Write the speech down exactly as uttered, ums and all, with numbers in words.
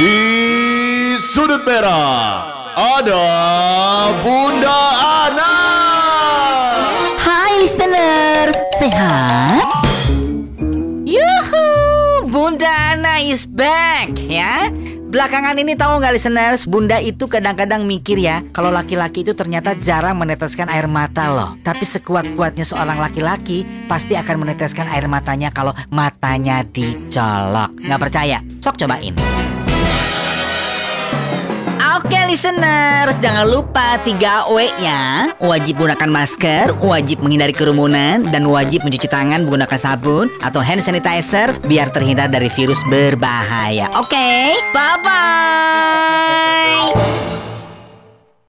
Di sudut merah ada Bunda Ana. Hai listeners, sehat? Yuhu, Bunda Ana is back ya. Belakangan ini tahu nggak listeners, Bunda itu kadang-kadang mikir ya, kalau laki-laki itu ternyata jarang meneteskan air mata loh. Tapi sekuat-kuatnya seorang laki-laki pasti akan meneteskan air matanya kalau matanya dicolok. Nggak percaya? Sok cobain. Oke listeners, jangan lupa tiga W-nya. Wajib gunakan masker, wajib menghindari kerumunan, dan wajib mencuci tangan menggunakan sabun atau hand sanitizer biar terhindar dari virus berbahaya. Oke, bye-bye.